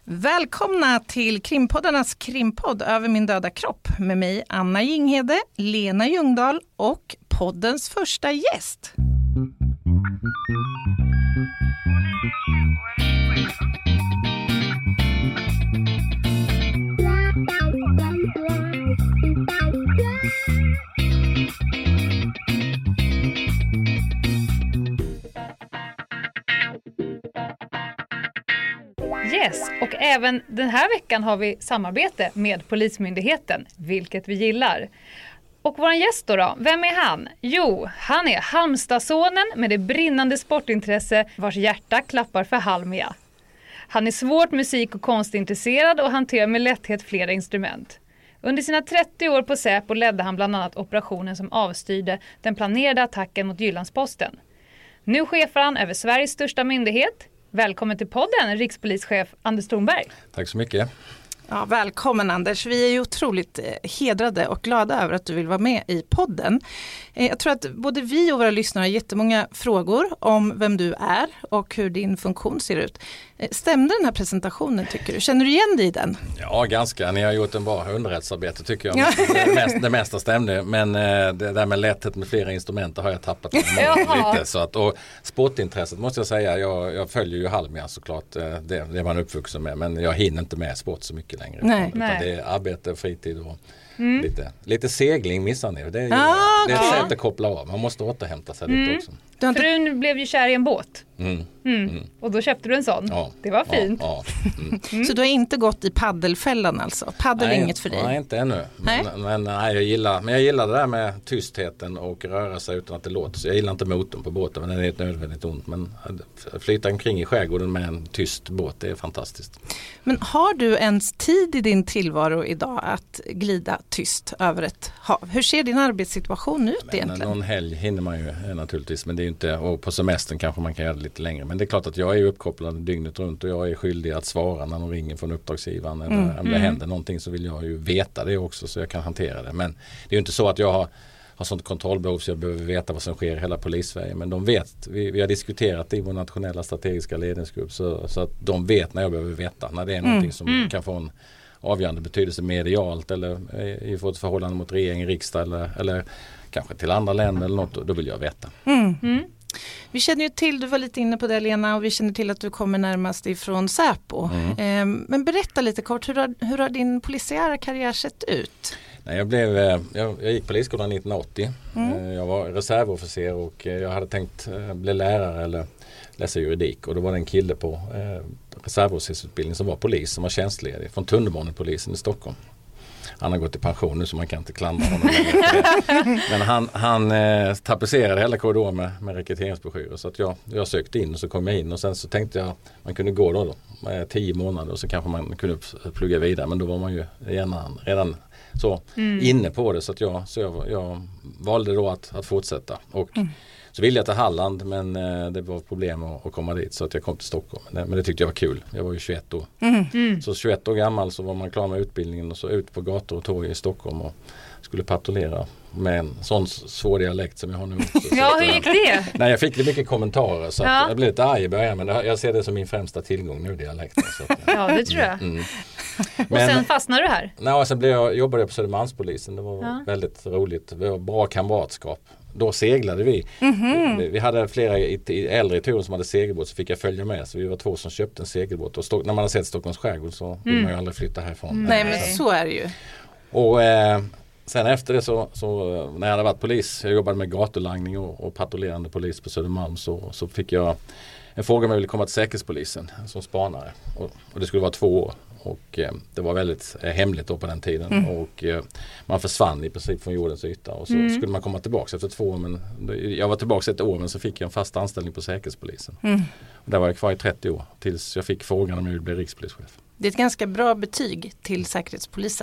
Välkomna till Krimpoddarnas krimpodd Över min döda kropp med mig Anna Jinghede, Lena Ljungdahl och poddens första gäst. Yes, och även den här veckan har vi samarbete med Polismyndigheten, vilket vi gillar. Och vår gäst då, vem är han? Jo, han är Halmstadsonen med det brinnande sportintresse vars hjärta klappar för Halmia. Han är svårt musik- och konstintresserad och hanterar med lätthet flera instrument. Under sina 30 år på Säpo ledde han bland annat operationen som avstyrde den planerade attacken mot Jyllandsposten. Nu chefar han över Sveriges största myndighet. Välkommen till podden, rikspolischef Anders Thornberg. Tack så mycket. Ja, välkommen Anders. Vi är ju otroligt hedrade och glada över att du vill vara med i podden. Jag tror att både vi och våra lyssnare har jättemånga frågor om vem du är och hur din funktion ser ut. Stämde den här presentationen tycker du? Känner du igen dig i den? Ja, ganska. Ni har gjort en bra underrättsarbete tycker jag. Det mesta stämde, men det där med lätthet med flera instrument har jag tappat lite. Så att, och sportintresset måste jag säga, jag följer ju Halmia såklart, det man uppvuxen med, men jag hinner inte med sport så mycket längre. Nej. Utan det är arbete, fritid och lite segling missar ni. Det är ett sätt att koppla av. Man måste återhämta sig lite också. Frun blev ju kär i en båt. Och då köpte du en sån. Ja. Det var fint. Så du har inte gått i paddelfällan alltså? Paddel är inget för dig? Nej, inte ännu. Men jag gillar det där med tystheten och röra sig utan att det låter. Så jag gillar inte motorn på båten, men det är nödvändigt ont. Men att flyta omkring i skärgården med en tyst båt, det är fantastiskt. Men har du ens tid i din tillvaro idag att glida tyst över ett hav? Hur ser din arbetssituation ut egentligen? Någon helg hinner man ju naturligtvis, men det är ju inte, och på semestern kanske man kan göra det lite längre. Men det är klart att jag är uppkopplad dygnet runt och jag är skyldig att svara när de ringer från uppdragsgivaren. Eller om det händer någonting så vill jag ju veta det också så jag kan hantera det. Men det är ju inte så att jag har sånt kontrollbehov så jag behöver veta vad som sker i hela Polissverige. Men de vet, vi har diskuterat i vår nationella strategiska ledningsgrupp så att de vet när jag behöver veta. När det är någonting som kan få en avgörande betydelse medialt eller i vårt förhållande mot regering, riksdag eller kanske till andra länder eller något, då vill jag veta. Vi känner ju till, du var lite inne på det Lena, och vi känner till att du kommer närmast ifrån Säpo. Men berätta lite kort, hur har din polisiära karriär sett ut? Nej, jag gick polisskolan 1980. Jag var reservofficer och jag hade tänkt bli lärare eller läsa juridik. Och då var det en kille på reservofficersutbildning som var polis som var tjänstledig från tunnelbanepolisen i Stockholm. Han har gått i pension nu så man kan inte klandra honom. Men han tapetserade hela korridoren med rekryteringsbroschyrer. Så att jag sökte in och så kom jag in. Och sen så tänkte jag man kunde gå då 10 månader och så kanske man kunde plugga vidare. Men då var man ju redan så inne på det. Så att jag valde då att fortsätta. Och så ville jag till Halland men det var problem att komma dit så att jag kom till Stockholm. Men det tyckte jag var kul. Jag var ju 21 år. Så 21 år gammal så var man klar med utbildningen och så ut på gator och torg i Stockholm och skulle patrullera med en sån svår dialekt som jag har nu. Ja, hur gick det? Nej, jag fick mycket kommentarer så att jag blev lite arg i början men jag ser det som min främsta tillgång nu, dialekten. Så att, ja, det tror jag. Och sen fastnade du här? Nej, sen jobbade jag på Södermalmspolisen. Det var väldigt roligt. Det var bra kamratskap. Då seglade vi. Vi hade flera äldre i turen som hade segelbåt så fick jag följa med. Så vi var 2 som köpte en segelbåt. Och när man har sett Stockholms skärgård så vill man ju aldrig flytta härifrån. Nej, men så är det ju. Och sen efter det så när jag hade varit polis, jag jobbade med gatulangning och patrullerande polis på Södermalm så fick jag en fråga om jag ville komma till Säkerhetspolisen som spanare. Och det skulle vara 2 år. Och det var väldigt hemligt då på den tiden. Och man försvann i princip från jordens yta. Och så skulle man komma tillbaka efter 2 år. Men jag var tillbaka 1 år men så fick jag en fast anställning på Säkerhetspolisen. Och där var jag kvar i 30 år tills jag fick frågan om jag ville bli rikspolischef. Det är ett ganska bra betyg till Säkerhetspolisen.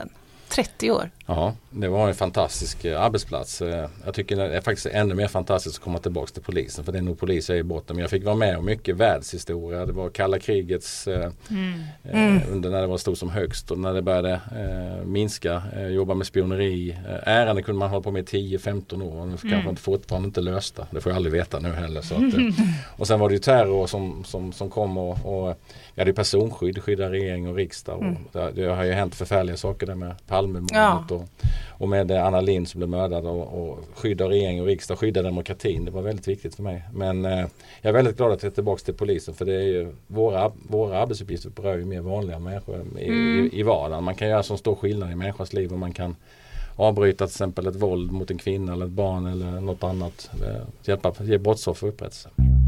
30 år. Ja, det var en fantastisk arbetsplats. Jag tycker det är faktiskt ännu mer fantastiskt att komma tillbaka till polisen, för det är nog polis jag är i botten. Men jag fick vara med om mycket världshistoria. Det var kalla krigets under när det var stort som högst, och när det började minska, jobba med spioneri. Ärenden kunde man hålla på med 10-15 år och nu kanske fortfarande inte lösta. Det får jag aldrig veta nu heller. Så att, och sen var det ju terror som kom och vi hade personskydd, skydda regering och riksdag. Och det har ju hänt förfärliga saker där med Palmemordet och med Anna Lindh som blev mördad och skydda regering och riksdag, skydda demokratin. Det var väldigt viktigt för mig. Men jag är väldigt glad att jag är tillbaka till polisen, för det är ju våra arbetsuppgifter berör ju mer vanliga människor i vardagen. Man kan göra så stor skillnad i människors liv, och man kan avbryta till exempel ett våld mot en kvinna eller ett barn eller något annat. Ge brottsoffer upprättelse.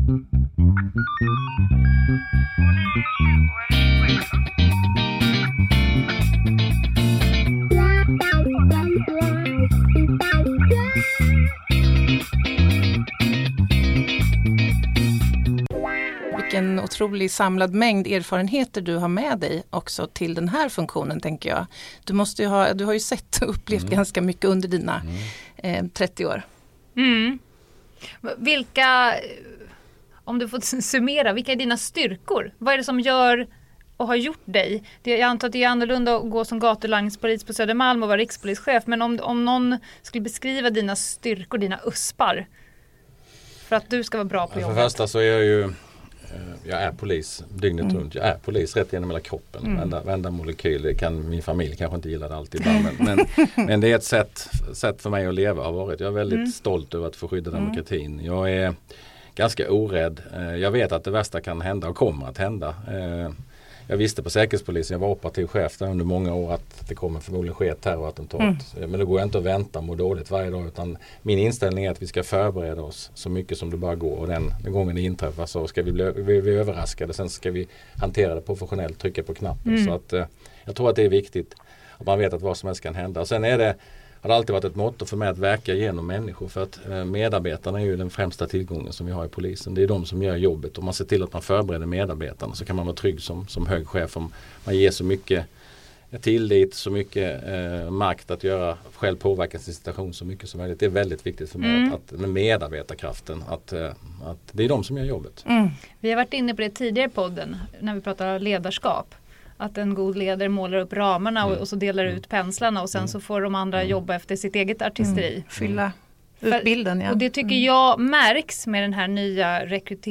Vilken otrolig samlad mängd erfarenheter du har med dig också till den här funktionen, tänker jag. Du har ju sett och upplevt ganska mycket under dina 30 år. Vilka, om du får summera, vilka är dina styrkor? Vad är det som gör och har gjort dig? Jag antar att det är annorlunda att gå som gatulangningspolis på Södermalm och vara rikspolischef, men om någon skulle beskriva dina styrkor, dina uspar, för att du ska vara bra på jobbet. För det första så är jag är polis dygnet runt. Jag är polis rätt genom hela kroppen. Vända molekyl. Det kan min familj kanske inte gilla det alltid ibland. Men det är ett sätt för mig att leva har varit. Jag är väldigt stolt över att få skydda demokratin. Jag är ganska orädd. Jag vet att det värsta kan hända och kommer att hända. Jag visste på Säkerhetspolisen, jag var operativ chef där under många år, att det kommer förmodligen ske ett terrorattentat. Men det går inte att vänta och må dåligt varje dag, utan min inställning är att vi ska förbereda oss så mycket som det bara går, och den gången det inträffar så ska vi bli överraskade, sen ska vi hantera det professionellt, trycka på knappen. Så att jag tror att det är viktigt att man vet att vad som helst kan hända. Och sen har det alltid varit ett motto för mig att verka genom människor, för att medarbetarna är ju den främsta tillgången som vi har i polisen. Det är de som gör jobbet, och man ser till att man förbereder medarbetarna, så kan man vara trygg som hög chef om man ger så mycket tillit, så mycket makt att göra själv påverka sin situation så mycket som möjligt. Det är väldigt viktigt för mig att med medarbetarkraften, att det är de som gör jobbet. Vi har varit inne på det tidigare i podden när vi pratar ledarskap. Att en god ledare målar upp ramarna och så delar ut penslarna, och sen så får de andra jobba efter sitt eget artisteri. Fylla ut bilden, ja. Och det tycker jag märks med den här nya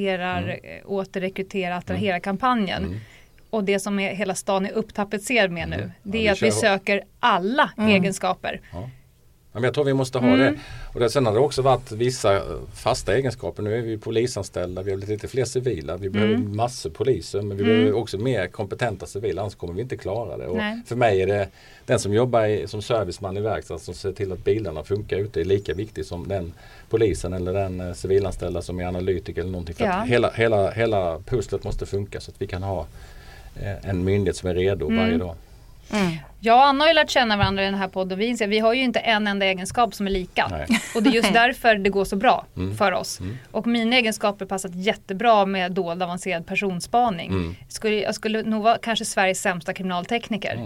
återrekrytera, attrahera-kampanjen. Och det som hela stan är upptapetserad med nu, det är att vi söker alla egenskaper. Ja. Men jag tror vi måste ha det. Och sen har det också varit vissa fasta egenskaper. Nu är vi polisanställda, vi har blivit lite fler civila. Vi behöver massor poliser, men vi behöver också mer kompetenta civila, annars kommer vi inte klara det. Och för mig är det den som jobbar som serviceman i verkstad, som ser till att bilarna funkar ute, är lika viktig som den polisen eller den civilanställda som är analytiker eller någonting. För att hela pusslet måste funka, så att vi kan ha en myndighet som är redo varje dag. Jag och Anna har ju lärt känna varandra i den här podden. Vi inser att vi har ju inte en enda egenskap som är lika. Nej. Och det är just därför det går så bra för oss. Och mina egenskaper passat jättebra med dold avancerad personspaning. Jag skulle nog vara kanske Sveriges sämsta kriminaltekniker.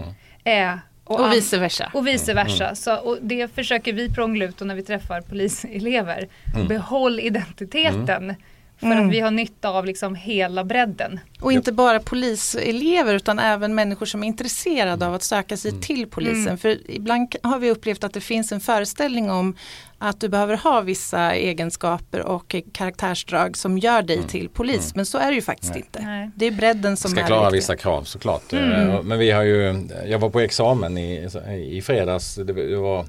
Och vice versa. Och vice versa. Och det försöker vi prångla ut när vi träffar poliselever. Behåll identiteten. För att vi har nytta av liksom hela bredden. Och inte bara poliselever, utan även människor som är intresserade av att söka sig till polisen. För ibland har vi upplevt att det finns en föreställning om att du behöver ha vissa egenskaper och karaktärsdrag som gör dig till polis. Men så är det ju faktiskt inte. Nej. Det är bredden som är ska klara vissa krav, såklart. Men vi har jag var på examen i fredags. Det var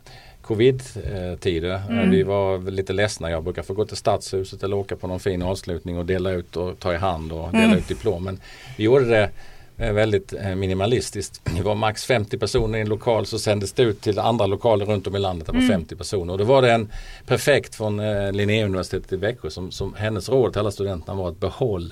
covid-tider. Vi var lite ledsna. Jag brukar få gå till stadshuset eller åka på någon fin avslutning och dela ut och ta i hand och dela ut diplom. Men vi gjorde det väldigt minimalistiskt. Det var max 50 personer i en lokal, så sändes det ut till andra lokaler runt om i landet. Det var 50 personer. Och då var det en prefekt från Linnéuniversitetet i Växjö som hennes råd till alla studenterna var att behåll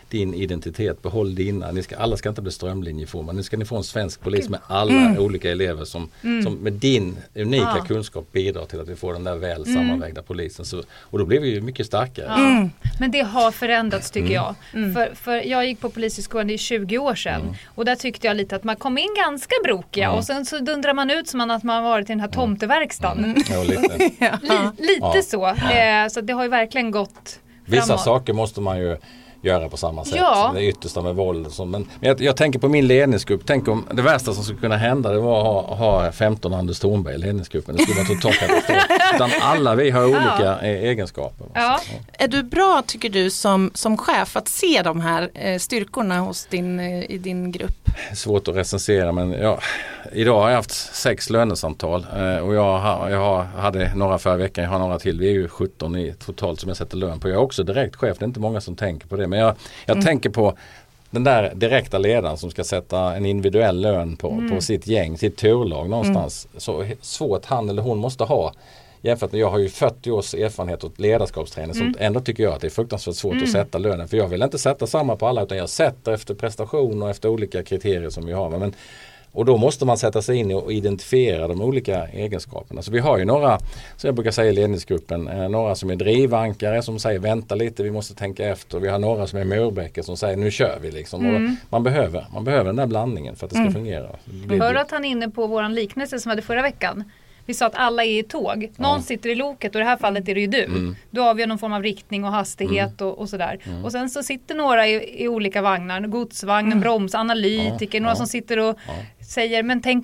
din identitet, behåll dina. Alla ska inte bli strömlinjeformade. Nu ska ni få en svensk polis med alla olika elever som med din unika kunskap bidrar till att vi får den där väl sammanvägda polisen. Och då blir vi ju mycket starkare. Ja. Men det har förändrats tycker jag. För jag gick på polishögskolan i 20 år sedan och där tyckte jag lite att man kom in ganska brokiga och sen så dundrar man ut som att man varit i den här tomteverkstan. Ja, lite. Lite så. Så det har ju verkligen gått Vissa framåt. saker måste man ju göra på samma sätt. Ja. Det yttersta med våld. Men jag tänker på min ledningsgrupp. Tänk om det värsta som skulle kunna hända det var att ha 15 Anders Thornberg i ledningsgruppen. Det skulle vara totalt katastrof. Utan alla vi har olika egenskaper. Ja. Är du bra tycker du som chef att se de här styrkorna hos i din grupp? Svårt att recensera men idag har jag haft 6 lönesamtal och jag hade några förra veckan, jag har några till. Vi är ju 17 totalt som jag sätter lön på. Jag är också direkt chef, det är inte många som tänker på det. Men jag tänker på den där direkta ledaren som ska sätta en individuell lön på sitt gäng, sitt turlag någonstans. Så svårt han eller hon måste ha. Jämfört med jag har ju 40 års erfarenhet och ledarskapsträning så ändå tycker jag att det är fruktansvärt svårt att sätta lönen. För jag vill inte sätta samma på alla utan jag sätter efter prestation och efter olika kriterier som vi har. Och då måste man sätta sig in och identifiera de olika egenskaperna. Så vi har ju några, som jag brukar säga i ledningsgruppen, några som är drivankare som säger vänta lite, vi måste tänka efter. Vi har några som är murbräckor som säger nu kör vi liksom. Och man behöver den där blandningen för att det ska fungera. Hör att han är inne på våran liknelse som hade förra veckan. Vi sa att alla är i tåg. Någon sitter i loket och i det här fallet är det ju du. Du avgör någon form av riktning och hastighet och sådär. Och sen så sitter några i olika vagnar. Godsvagn, broms, analytiker. Några som sitter och säger men tänk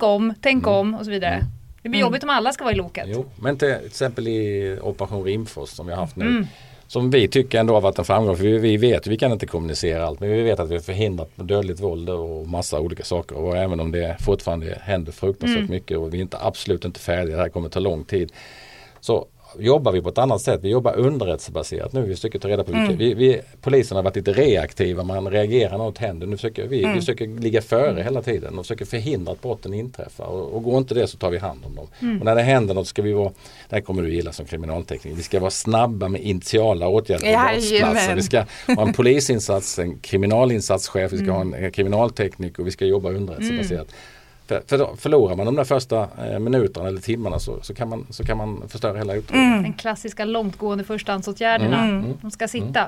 om och så vidare. Det blir jobbigt om alla ska vara i loket. Jo, men till exempel i Operation Rimfors som vi har haft nu. Som vi tycker ändå har varit en framgång. För vi vet, vi kan inte kommunicera allt. Men vi vet att vi har förhindrat dödligt våld och massa olika saker. Och även om det fortfarande händer fruktansvärt mycket. Och vi är absolut inte färdiga. Det här kommer ta lång tid. Så jobbar vi på ett annat sätt. Vi jobbar underrättelsebaserat nu. Vi försöker ta reda på vilka. Polisen har varit lite reaktiva. Man reagerar när något händer. Nu försöker vi försöker ligga före hela tiden. Och försöker förhindra att brotten inträffar. Och går inte det så tar vi hand om dem. Och när det händer något ska vi vara, det här kommer du gilla som kriminaltekniker. Vi ska vara snabba med initiala åtgärder på brottsplatsen. Vi ska ha en polisinsats, en kriminalinsatschef. Vi ska ha en kriminalteknik och vi ska jobba underrättelsebaserat. För förlorar man de där första minuterna eller timmarna så kan man förstöra hela utredningen. Den klassiska långtgående förstahandsåtgärderna. De ska sitta.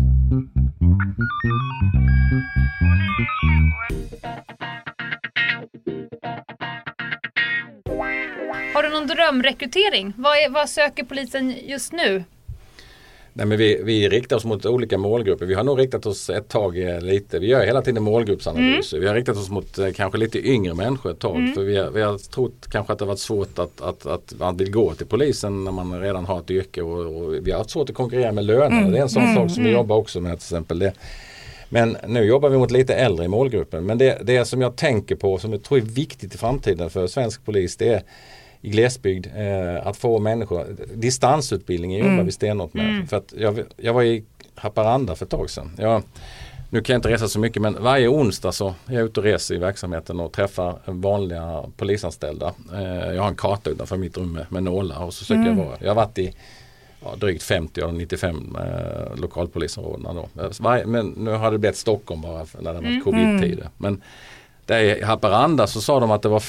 Har du någon drömrekrytering? Vad söker polisen just nu? Nej, men vi riktar oss mot olika målgrupper. Vi har nog riktat oss ett tag lite. Vi gör hela tiden målgruppsanalyser. Vi har riktat oss mot kanske lite yngre människor ett tag. För vi har trott kanske att det har varit svårt att man vill gå till polisen när man redan har ett yrke. Och vi har haft svårt att konkurrera med löner. Det är en sån sak som vi jobbar också med till exempel det. Men nu jobbar vi mot lite äldre i målgruppen. Men det som jag tänker på som jag tror är viktigt i framtiden för svensk polis det är i glesbygd att få människor, distansutbildningen jobbar vi stenhårt med. För att jag var i Haparanda för ett tag sedan. Nu kan jag inte resa så mycket men varje onsdag så är jag ute och reser i verksamheten och träffar vanliga polisanställda. Jag har en karta utanför mitt rum med nålar och så söker jag vara. Jag har varit i drygt 50 av 95 lokalpolisområdena då. Men nu har det blivit Stockholm bara när det var covid-tider. Men där i Haparanda så sa de att det var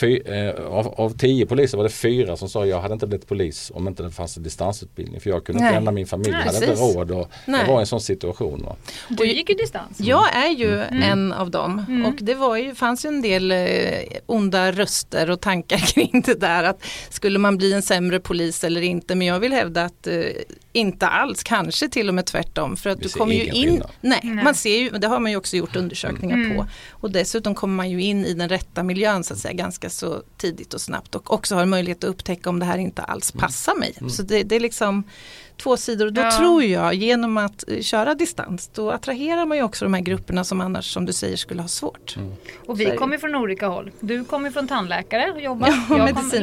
av 10 poliser var det 4 som sa jag hade inte blivit polis om inte det fanns en distansutbildning för jag kunde inte lämna min familj, jag hade inte råd och det var en sån situation. Va? Du gick ju distans. Jag är ju en av dem och det fanns ju en del onda röster och tankar kring det där att skulle man bli en sämre polis eller inte, men jag vill hävda att inte alls, kanske till och med tvärtom för att du kommer ju in, man ser ju, det har man ju också gjort undersökningar på och dessutom kommer man ju in i den rätta miljön så att säga ganska så tidigt och snabbt och också har möjlighet att upptäcka om det här inte alls passar mig. Så det är liksom 2 sidor och då tror jag genom att köra distans då attraherar man ju också de här grupperna som annars som du säger skulle ha svårt. Och vi kommer från olika håll. Du kommer från tandläkare och jobbar, jag kommer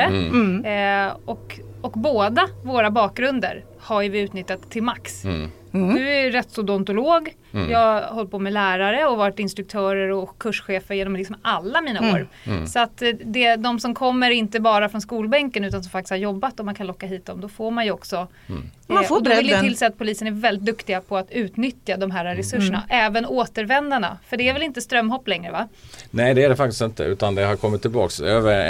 lärare och båda våra bakgrunder har ju vi utnyttjat till max. Du är rättsodontolog Jag har hållit på med lärare och varit instruktörer och kurschefer genom liksom alla mina år. Så att de som kommer inte bara från skolbänken utan som faktiskt har jobbat och man kan locka hit dem, då får man ju också man får och då vill jag bredden. tillse att polisen är väldigt duktiga på att utnyttja de här resurserna. Även återvändarna. För det är väl inte strömhopp längre, va? Nej, det är det faktiskt inte, utan det har kommit tillbaks.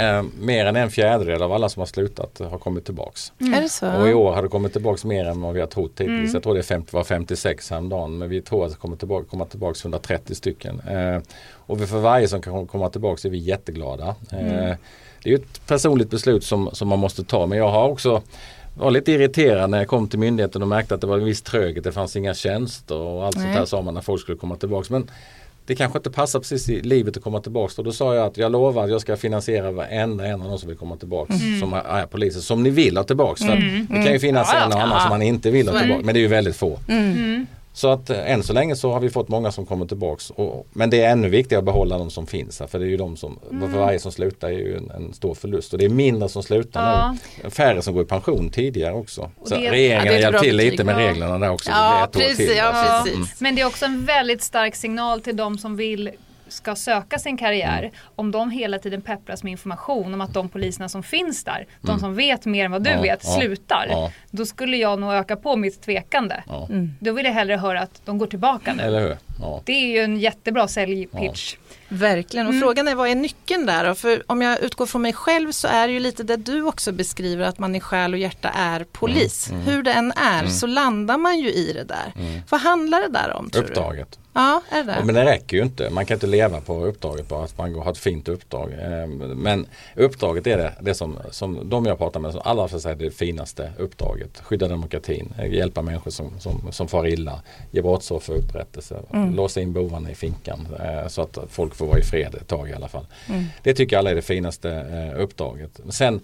Mer än 1/4 av alla som har slutat har kommit tillbaks. Är det så? Och i år har det kommit tillbaks mer än vad vi har trott hittills. Jag tror det var 56 häromdagen, men vi tror att det kommer tillbaks 130 stycken. Och för varje som kan komma tillbaks är vi jätteglada. Det är ju ett personligt beslut som man måste ta, men jag har också var lite irriterad när jag kom till myndigheten och märkte att det var en viss tröghet. Det fanns inga tjänster och allt sånt här sa man när folk skulle komma tillbaks. Men det kanske inte passar precis i livet att komma tillbaks. Och då sa jag att jag lovar att jag ska finansiera varenda en av de som vill komma tillbaks som är poliser. Som ni vill ha tillbaks. För det kan ju finnas en och annan som man inte vill ha tillbaks. Men det är ju väldigt få. Så att än så länge så har vi fått många som kommer tillbaks. Men det är ännu viktigare att behålla de som finns här. För det är ju de som, för varje som slutar är ju en stor förlust. Och det är mindre som slutar nu. Färre som går i pension tidigare också. Så regeringen har hjälpt till lite med reglerna där också. Ja, precis. Men det är också en väldigt stark signal till de som ska söka sin karriär, om de hela tiden peppras med information om att de poliserna som finns där, de som vet mer än vad du vet, slutar. Då skulle jag nog öka på mitt tvekande. Då vill jag hellre höra att de går tillbaka nu. Eller hur? Det är ju en jättebra säljpitch. Verkligen, och frågan är vad är nyckeln där då? För om jag utgår från mig själv så är det ju lite det du också beskriver, att man i själ och hjärta är polis. Hur det än är så landar man ju i det där. Vad handlar det där om, tror Uppdraget. du? Ja, är det? Men det räcker ju inte. Man kan inte leva på uppdraget bara att man har ett fint uppdrag. Men uppdraget är det som de jag pratar med som alla för sig det finaste uppdraget. Skydda demokratin, hjälpa människor som far illa, ge brottsoffer upprättelse, låsa in bovarna i finkan så att folk får vara i fred ett tag i alla fall. Det tycker alla är det finaste uppdraget. Sen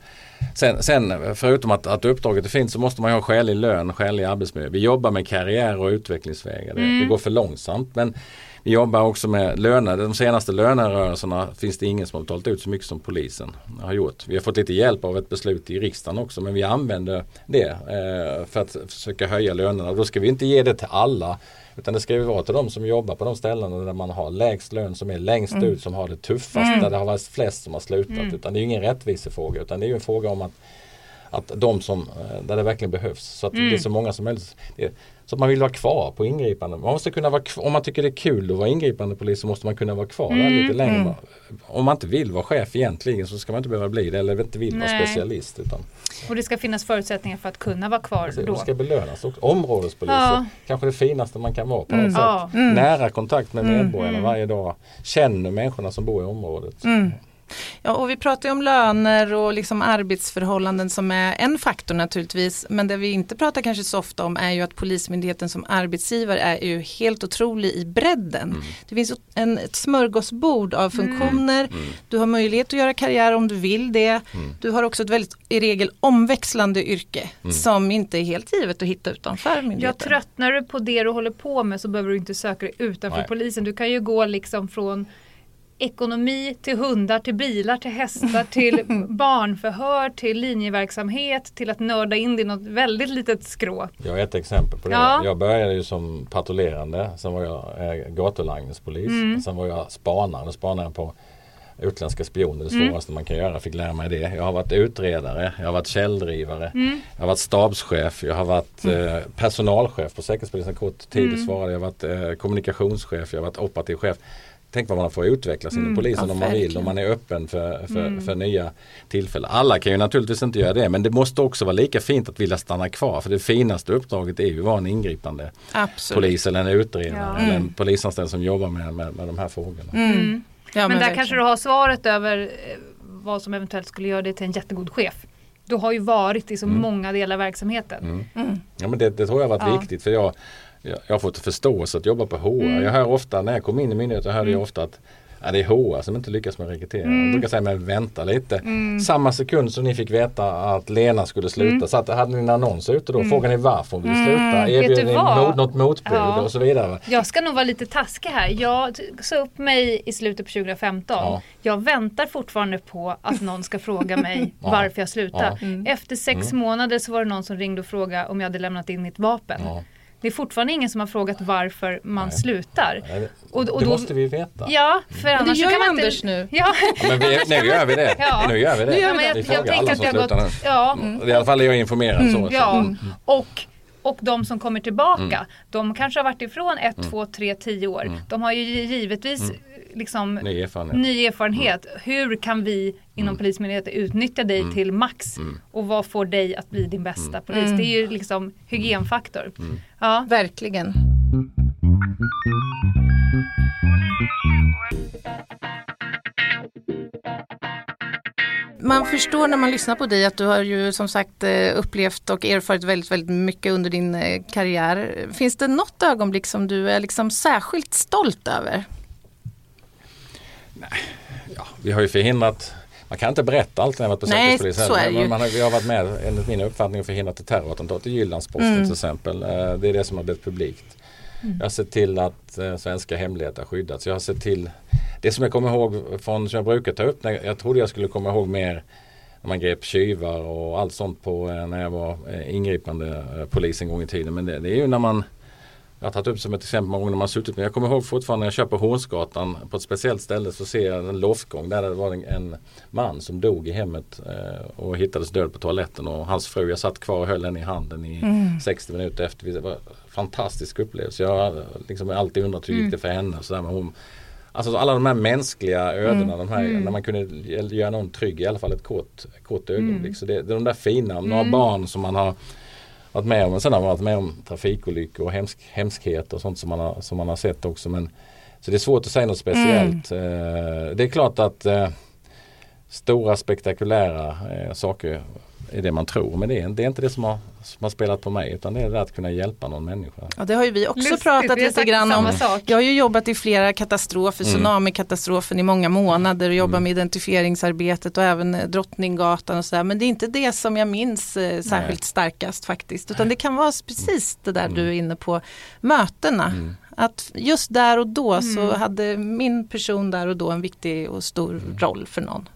förutom att uppdraget är fint så måste man ha skälig lön, skälig arbetsmiljö. Vi jobbar med karriär och utvecklingsvägar. Det går för långsamt, men vi jobbar också med löner. De senaste lönerörelserna finns det ingen som har betalat ut så mycket som polisen har gjort. Vi har fått lite hjälp av ett beslut i riksdagen också, men vi använder det för att försöka höja lönerna. Och då ska vi inte ge det till alla, utan det ska ju vara till de som jobbar på de ställena där man har lägst lön, som är längst ut, som har det tuffast, där det har varit flest som har slutat. Utan det är ju ingen rättvisefråga, utan det är ju en fråga om att de som, där det verkligen behövs, så att det är så många som helst. Så att man vill vara kvar på ingripande. Man måste kunna vara om man tycker det är kul att vara ingripande polis, så måste man kunna vara kvar där lite längre. Om man inte vill vara chef egentligen, så ska man inte behöva bli det, eller inte vill vara specialist. Och det ska finnas förutsättningar för att kunna vara kvar då. Det ska belönas också. Områdespoliser, kanske det finaste man kan vara på något sätt. Nära kontakt med medborgarna varje dag. Känner människorna som bor i området. Ja, och vi pratar ju om löner och liksom arbetsförhållanden som är en faktor naturligtvis, men det vi inte pratar kanske så ofta om är ju att Polismyndigheten som arbetsgivare är ju helt otrolig i bredden. Det finns ett smörgåsbord av funktioner. Du har möjlighet att göra karriär om du vill det. Du har också ett väldigt i regel omväxlande yrke som inte är helt givet att hitta utanför myndigheten. Jag tröttnar du på det du håller på med, så behöver du inte söka dig utanför polisen. Du kan ju gå liksom från ekonomi till hundar, till bilar, till hästar, till barnförhör, till linjeverksamhet, till att nörda in i något väldigt litet skrå. Jag har ett exempel på det. Jag började ju som patrullerande, sen var jag gatulangningspolis, sen var jag spanare på utländska spioner, det svåraste man kan göra. Jag fick lära mig det. Jag har varit utredare, jag har varit källdrivare, jag har varit stabschef, jag har varit personalchef på Säkerhetspolisen, kort tid svarade jag har varit kommunikationschef, jag har varit operativ chef. Tänk vad man får utvecklas inom polisen om man vill, om man är öppen för nya tillfällen. Alla kan ju naturligtvis inte göra det, men det måste också vara lika fint att vilja stanna kvar, för det finaste uppdraget är ju att vara en ingripande polis eller en utredare eller en polisanställd som jobbar med de här frågorna. Ja, men där kanske du har svaret över vad som eventuellt skulle göra det till en jättegod chef. Du har ju varit i så många delar av verksamheten. Ja, men det tror jag har varit viktigt, för jag har fått förståelse att jobba på HR. Jag hör ofta, när jag kom in i myndigheten, hörde jag ofta att det är HR som inte lyckas med rekrytering. Jag brukar säga, men vänta lite. Samma sekund som ni fick veta att Lena skulle sluta, så hade ni en annons ute då. Frågan är varför hon vill sluta. Erbjuder ni något motbud och så vidare. Jag ska nog vara lite taskig här. Jag sa upp mig i slutet på 2015. Jag väntar fortfarande på att någon ska fråga mig varför jag slutar. Efter 6 månader så var det någon som ringde och frågade om jag hade lämnat in mitt vapen. Det är fortfarande ingen som har frågat varför man slutar. Nej, och det då måste vi veta. Ja, för annars det gör kan man Anders inte... nu. Ja. Men nu gör vi det. Ja. Nu gör vi det. Ja, men jag vi frågar tänker alla att som det har slutar gått... nu. Ja. I alla fall är jag informerad. Så. Ja, och de som kommer tillbaka, de kanske har varit ifrån 1, 2, 3, 10 år. De har ju givetvis liksom ny erfarenhet. Hur kan vi inom Polismyndigheten utnyttja dig till max? Och vad får dig att bli din bästa polis? Det är ju liksom hygienfaktor. Ja. Verkligen. Man förstår när man lyssnar på dig att du har ju som sagt upplevt och erfarit väldigt, väldigt mycket under din karriär. Finns det något ögonblick som du är liksom särskilt stolt över? Nej, vi har ju förhindrat, man kan inte berätta allt när jag varit på Säkerhetspolisen. Så är det ju. Vi har varit med, enligt min uppfattning, och förhindrat ett terrorattentat i Jyllandsposten till exempel. Det är det som har blivit publikt. Jag har sett till att svenska hemligheter har skyddats. Jag har sett till, det som jag kommer ihåg från, som jag brukar ta upp, jag trodde jag skulle komma ihåg mer när man grep tjuvar och allt sånt på när jag var ingripande polis en gång i tiden. Men det är ju när man, jag har tagit upp som ett exempel många gånger när man har suttit, men jag kommer ihåg fortfarande när jag kör på Hornsgatan på ett speciellt ställe, så ser jag en loftgång där det var en man som dog i hemmet och hittades död på toaletten, och hans fru, jag satt kvar och höll henne i handen i 60 minuter efter. Det var en fantastisk upplevelse. Jag har liksom alltid undrat hur gick det för henne. Så där, men hon, alltså alla de här mänskliga ödena, de här, när man kunde göra någon trygg, i alla fall ett kort ögonblick. Så det är de där fina, några barn som man har varit med om, men sen har man varit med om trafikolyckor och hemskheter och sånt som man har sett också. Men, så det är svårt att säga något speciellt. Det är klart att stora spektakulära saker är det man tror, men det är inte det som har spelat på mig, utan det är det att kunna hjälpa någon människa. Ja, det har ju vi också pratat lite grann om. Jag har ju jobbat i flera katastrofer, tsunamikatastrofen i många månader och jobbat med identifieringsarbetet och även Drottninggatan och sådär, men det är inte det som jag minns särskilt starkast faktiskt, utan det kan vara precis det där du är inne på, mötena. Att just där och då så hade min person där och då en viktig och stor roll för någon.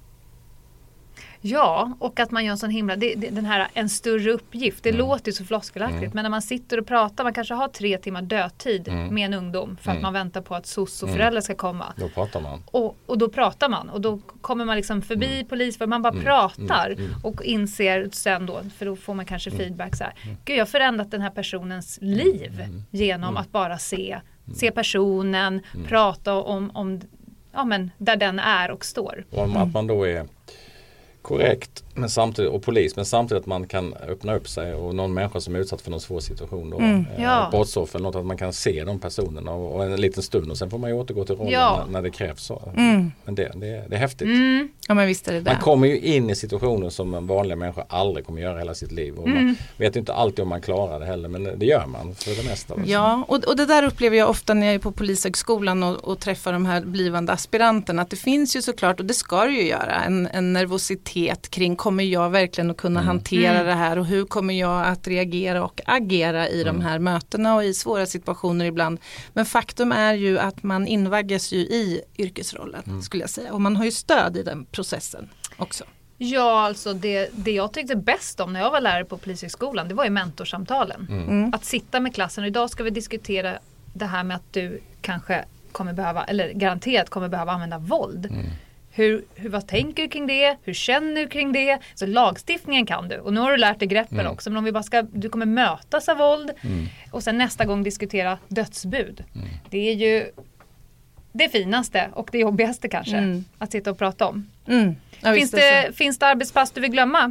Ja, och att man gör en sån himla, den här en större uppgift, det låter ju så floskelaktigt, men när man sitter och pratar, man kanske har 3 timmar dödtid med en ungdom för att man väntar på att SOS och föräldrar ska komma. Då pratar man. Och då pratar man, och då kommer man liksom förbi polis, för man bara pratar och inser sen då, för då får man kanske feedback så här, gud, jag har förändrat den här personens liv genom att bara se personen, prata om ja, men där den är och står. Och att man då är korrekt, men samtidigt, och polis, men samtidigt att man kan öppna upp sig, och någon människa som är utsatt för någon svår situation då, brottsoffer, något att man kan se de personerna och en liten stund, och sen får man ju återgå till rollen när det krävs så. Men det är häftigt. Ja, men visst är det. Man kommer ju in i situationer som en vanlig människa aldrig kommer göra hela sitt liv, och man vet inte alltid om man klarar det heller, men det gör man för det mesta. Ja, och det där upplever jag ofta när jag är på Polishögskolan och träffar de här blivande aspiranterna, att det finns ju såklart, och det ska det ju göra, en nervositet kring, kommer jag verkligen att kunna hantera det här, och hur kommer jag att reagera och agera i de här mötena och i svåra situationer ibland. Men faktum är ju att man invaggas ju i yrkesrollen, skulle jag säga, och man har ju stöd i den processen också. Ja, alltså det jag tyckte bäst om när jag var lärare på Polishögskolan, det var ju mentorsamtalen. Att sitta med klassen, och idag ska vi diskutera det här med att du kanske kommer behöva, eller garanterat kommer behöva använda våld. Vad tänker du kring det? Hur känner du kring det? Så lagstiftningen kan du. Och nu har du lärt dig greppen också. Men om vi bara du kommer mötas av våld. Och sen nästa gång diskutera dödsbud. Det är ju det finaste och det jobbigaste kanske. Att sitta och prata om. Ja, finns det arbetspass du vill glömma?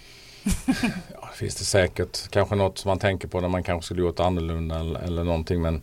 Ja, det finns det säkert. Kanske något som man tänker på när man kanske skulle gjort annorlunda eller någonting. Men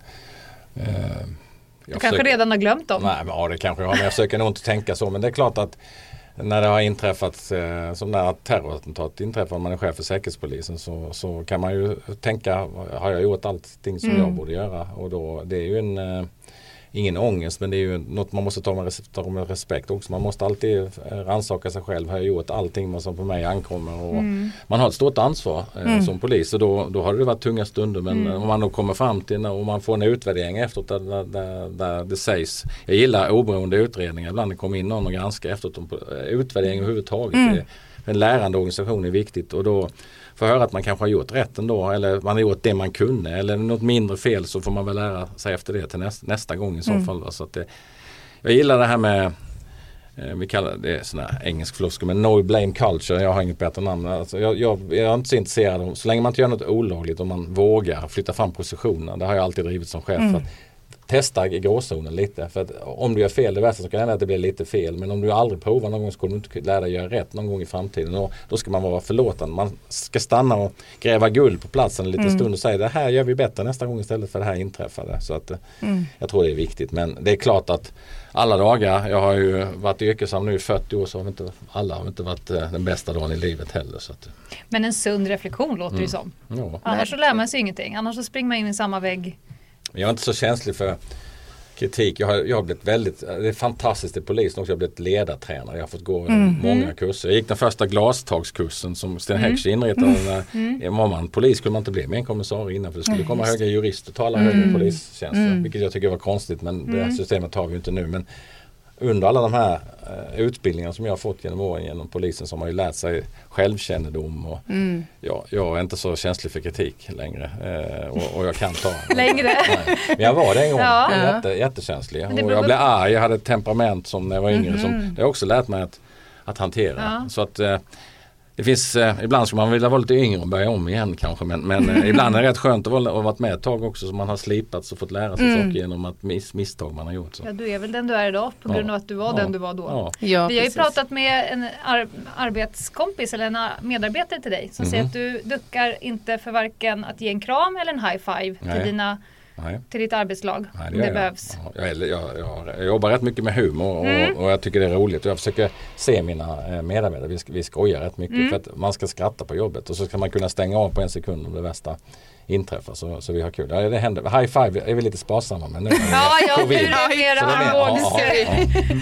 du kanske redan har glömt dem. Nej, ja, det kanske jag har, men jag försöker nog inte tänka så. Men det är klart att när det har inträffat, som när terrorattentat inträffar, man är chef för Säkerhetspolisen, så kan man ju tänka, har jag gjort allting som jag borde göra? Och då, det är ju ingen ångest, men det är ju något man måste ta med respekt också. Man måste alltid rannsaka sig själv. Har jag gjort allting som på mig ankommer? Och man har ett stort ansvar som polis, och då har det varit tunga stunder. Men om man då kommer fram till, och man får en utvärdering efteråt där det sägs, jag gillar oberoende utredningar. Ibland det kommer in någon och granskar efteråt utvärdering överhuvudtaget. En lärande organisation är viktigt och då får höra att man kanske har gjort rätt ändå eller man har gjort det man kunde eller något mindre fel så får man väl lära sig efter det till nästa gång i så fall. Va? Så att jag gillar det här med vi kallar det sån här engelsk floskel men no blame culture, jag har inget bättre namn. Alltså jag är inte så intresserad av, så länge man inte gör något olagligt och man vågar flytta fram positionerna, det har jag alltid drivit som chef för att testa i gråzonen lite, för att om du gör fel, det värsta så kan det hända att det blir lite fel, men om du aldrig provar någon gång så kommer du inte lära dig göra rätt någon gång i framtiden och då ska man vara förlåtande. Man ska stanna och gräva guld på platsen en liten stund och säga det här gör vi bättre nästa gång istället för det här inträffade. Så att jag tror det är viktigt, men det är klart att alla dagar, jag har ju varit yrkesam nu i 40 år så har alla har inte varit den bästa dagen i livet heller. Så att, men en sund reflektion låter det som. Ja. Annars så lär man sig ingenting, annars så springer man in i samma vägg. Jag är inte så känslig för kritik. Jag har blivit det är fantastiskt i polisen också. Jag har blivit ledartränare. Jag har fått gå många kurser. Jag gick den första glastagskursen som Sten Heckscher inrättade. Var man polis skulle man inte bli med en kommissarie innan för det skulle komma höga jurister och tala högre polistjänster. Vilket jag tycker var konstigt men det systemet har vi inte nu. Men under alla de här utbildningarna som jag har fått genom åren genom polisen som har ju lärt sig självkännedom och jag är inte så känslig för kritik längre och jag kan ta längre. Men jag var det en gång jättekänslig och jag blev arg, jag hade ett temperament som när jag var yngre som det har också lärt mig att hantera. Så att det finns, ibland ska man vilja vara lite yngre och börja om igen kanske, men ibland är det rätt skönt att vara med ett tag också så man har slipats och fått lära sig saker genom att misstag man har gjort. Så. Ja, du är väl den du är idag på grund av att du var den du var då. Ja. Ja, vi har ju pratat med en arbetskompis eller en medarbetare till dig som säger att du duckar inte för varken att ge en kram eller en high five till ditt arbetslag. Nej, det behövs. Ja, jag jobbar rätt mycket med humor och jag tycker det är roligt och jag försöker se mina medarbetare. Vi skojar rätt mycket för att man ska skratta på jobbet och så ska man kunna stänga av på en sekund om det värsta inträffar så vi har kul. Ja, det händer. High five är vi lite sparsamma men nu är nu är det mer armbågsgrej.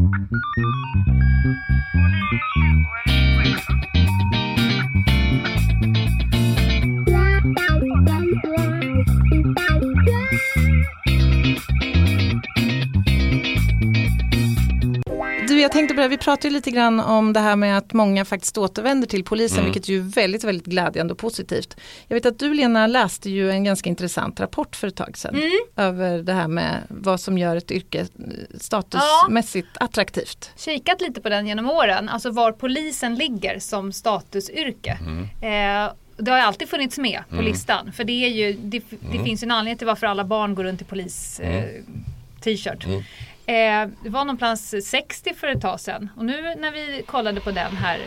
Jag tänkte börja, vi pratade ju lite grann om det här med att många faktiskt återvänder till polisen, vilket ju är väldigt, väldigt glädjande och positivt. Jag vet att du, Lena, läste ju en ganska intressant rapport för ett tag sedan över det här med vad som gör ett yrke statusmässigt attraktivt. Kikat lite på den genom åren, alltså var polisen ligger som statusyrke. Det har alltid funnits med på listan, för det är ju det finns en anledning till varför alla barn går runt i polis t-shirt. Det var någon plats 60 för ett tag sedan. Och nu när vi kollade på den här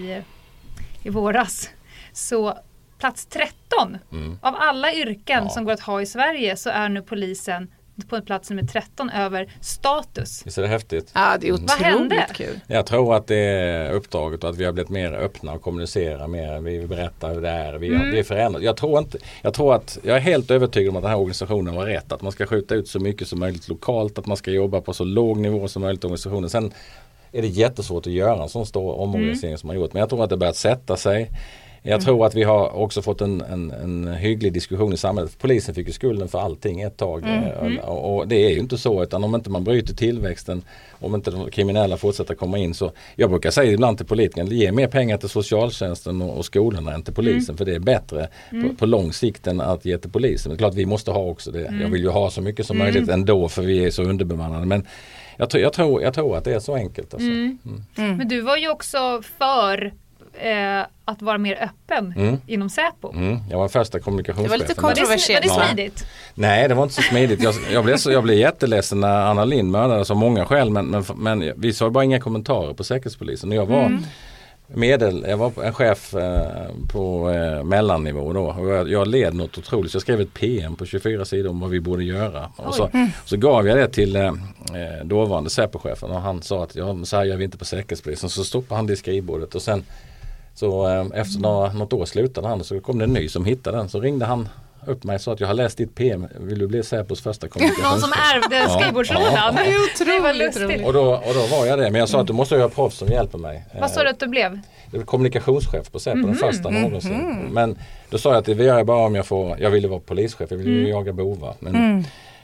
i våras så plats 13 av alla yrken som går att ha i Sverige så är nu polisen på plats nummer 13 över status. Visst är det häftigt? Ja, det är otroligt kul. Jag tror att det är uppdraget och att vi har blivit mer öppna och kommunicerar mer. Vi berättar hur det är. Vi är förändrade. Jag är helt övertygad om att den här organisationen var rätt. Att man ska skjuta ut så mycket som möjligt lokalt. Att man ska jobba på så låg nivå som möjligt i organisationen. Sen är det jättesvårt att göra en sån stor omorganisering som man har gjort. Men jag tror att det börjat sätta sig. Jag tror att vi har också fått en hygglig diskussion i samhället. Polisen fick ju skulden för allting ett tag. Och det är ju inte så, utan om inte man bryter tillväxten, om inte de kriminella fortsätter komma in så, jag brukar säga ibland till politikerna, ge mer pengar till socialtjänsten och skolorna än till polisen, för det är bättre på lång sikt än att ge till polisen. Men det är klart vi måste ha också det. Jag vill ju ha så mycket som möjligt ändå, för vi är så underbemannade. Men jag tror att det är så enkelt. Alltså. Men du var ju också för att vara mer öppen inom Säpo. Jag var första kommunikationschefen. Det var lite kontroversiellt. Var det smidigt? Nej, det var inte så smidigt. Jag blev jätteledsen när Anna Lindh mördades av många skäl, men vi sa bara inga kommentarer på Säkerhetspolisen. Och jag var jag var en chef på mellannivå då. Och jag led något otroligt. Jag skrev ett PM på 24 sidor om vad vi borde göra. Och så gav jag det till dåvarande Säpo-chefen och han sa att så här gör vi inte på Säkerhetspolisen. Så stoppade han det i skrivbordet och sen så efter något år slutade han och så kom det en ny som hittade den. Så ringde han upp mig och sa att jag har läst ditt PM. Vill du bli Säpos första kommunikationschef? Någon som ärvde skrivbordslådan. Det är otroligt roligt. Och då var jag det. Men jag sa att du måste ha proffs som hjälper mig. Vad sa du att du blev? Det var kommunikationschef på Säpo, den första någonsin. Men då sa jag att det gör jag bara om jag ville vara polischef. Jag ville ju jaga bovar. Men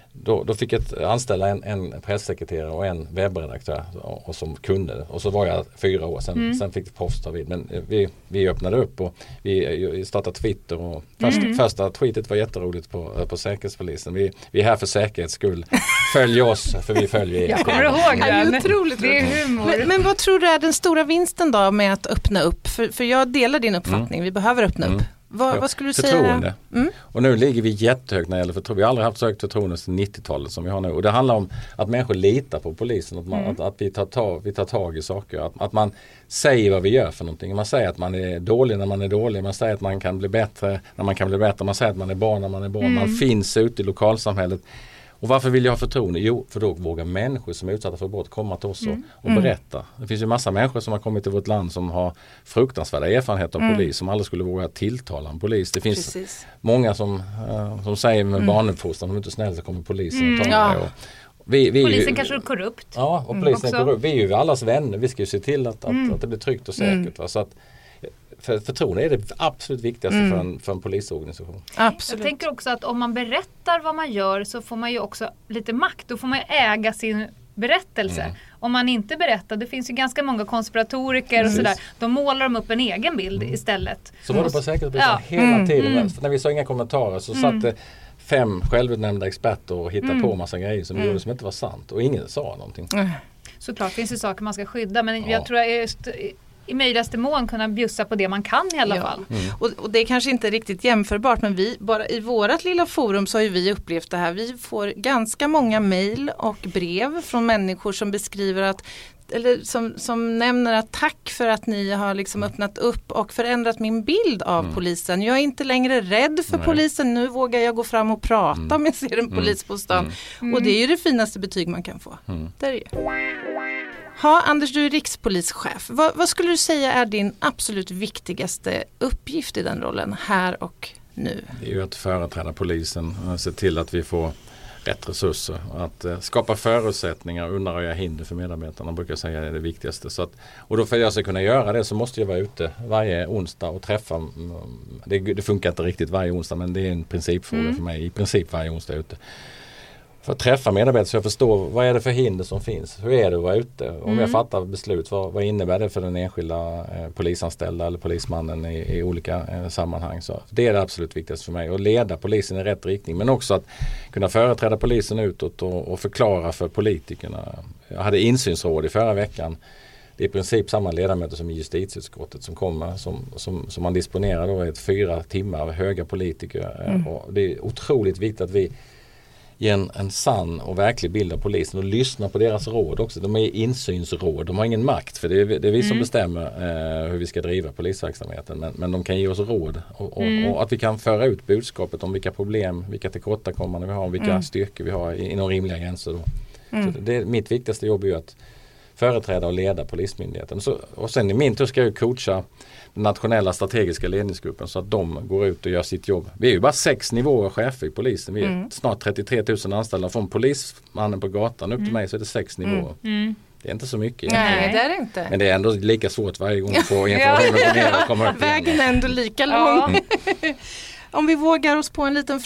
Då fick jag anställa en presssekreterare och en webbredaktör och som kunde. Och så var jag 4 år, sen fick Proffs ta vid. Men vi öppnade upp och vi startade Twitter. Och första tweetet var jätteroligt på Säkerhetspolisen. Vi är här för säkerhets skull. Följ oss, för vi följer er. Jag kommer ihåg den. Otroligt. Det är humor. Men vad tror du är den stora vinsten då med att öppna upp? För jag delar din uppfattning, vi behöver öppna upp. Vad skulle du förtroende. säga? Och nu ligger vi jättehögt när det gäller förtroende. Vi har aldrig haft så högt förtroende sedan 90-talet som vi har nu. Och det handlar om att människor litar på polisen. Att vi tar tag i saker. Att man säger vad vi gör för någonting. Man säger att man är dålig när man är dålig. Man säger att man kan bli bättre när man kan bli bättre. Man säger att man är bra när man är bra. Man finns ute i lokalsamhället. Och varför vill jag ha förtroende? Jo, för då vågar människor som är utsatta för brott komma till oss och berätta. Det finns ju massa människor som har kommit till vårt land som har fruktansvärda erfarenheter av polis, som aldrig skulle våga tilltala en polis. Det finns många som säger med barnuppfostran, om inte snäll så kommer polisen och tar det. Polisen kanske är korrupt. Ja, och polisen är korrupt. Vi är ju allas vänner. Vi ska ju se till att det blir tryggt och säkert. Va? Så att förtroende är det absolut viktigaste för en polisorganisation. Absolut. Jag tänker också att om man berättar vad man gör så får man ju också lite makt. Då får man ju äga sin berättelse. Om man inte berättar, det finns ju ganska många konspiratoriker och sådär. De målar de upp en egen bild istället. Så var det på Säkerhetspolisen hela tiden. När vi sa inga kommentarer så satt det 5 självutnämnda experter och hittade på massa grejer som gjorde som inte var sant. Och ingen sa någonting. Såklart finns det saker man ska skydda, men jag tror att i möjligaste mån kunna bjussa på det man kan i alla fall. Och det är kanske inte riktigt jämförbart, men vi, bara i vårat lilla forum så har ju vi upplevt det här. Vi får ganska många mejl och brev från människor som beskriver att, eller som nämner att tack för att ni har liksom öppnat upp och förändrat min bild av polisen. Jag är inte längre rädd för polisen. Nu vågar jag gå fram och prata om jag ser en polis på stan. Och det är ju det finaste betyg man kan få. Det är det ju. Ja, Anders, du är rikspolischef. Vad skulle du säga är din absolut viktigaste uppgift i den rollen här och nu? Det är ju att företräda polisen och se till att vi får rätt resurser. Att skapa förutsättningar och undanröja hinder för medarbetarna brukar jag säga är det viktigaste. Så att, och då för att jag ska kunna göra det så måste jag vara ute varje onsdag och träffa. Det funkar inte riktigt varje onsdag, men det är en principfråga för mig. I princip varje onsdag ute. För att träffa medarbetare så jag förstår vad är det för hinder som finns. Hur är det att vara ute? Om jag fattar beslut, vad innebär det för den enskilda polisanställda eller polismannen i olika sammanhang. Så det är det absolut viktigaste för mig. Att leda polisen i rätt riktning. Men också att kunna företräda polisen utåt och förklara för politikerna. Jag hade insynsråd i förra veckan. Det är i princip samma ledamöter som i justitieutskottet som kommer. Som man disponerar då ett 4 timmar av höga politiker. Och det är otroligt viktigt att vi ge en sann och verklig bild av polisen och lyssna på deras råd också. De är insynsråd, de har ingen makt för det är vi som bestämmer hur vi ska driva polisverksamheten, men de kan ge oss råd och att vi kan föra ut budskapet om vilka problem, vilka tillkortakommanden vi har, vilka styrkor vi har inom rimliga gränser då. Så det är mitt viktigaste jobb är ju att företräda och leda polismyndigheten. Och sen i min tur ska jag coacha den nationella strategiska ledningsgruppen så att de går ut och gör sitt jobb. Vi är ju bara 6 nivåer chefer i polisen. Vi är snart 33 000 anställda. Från polismannen på gatan upp till mig så är det 6 nivåer. Det är inte så mycket. Nej, det är det inte. Men det är ändå lika svårt varje gång att få informationen och komma upp. Vägen är ändå lika lång. Om vi vågar oss på en liten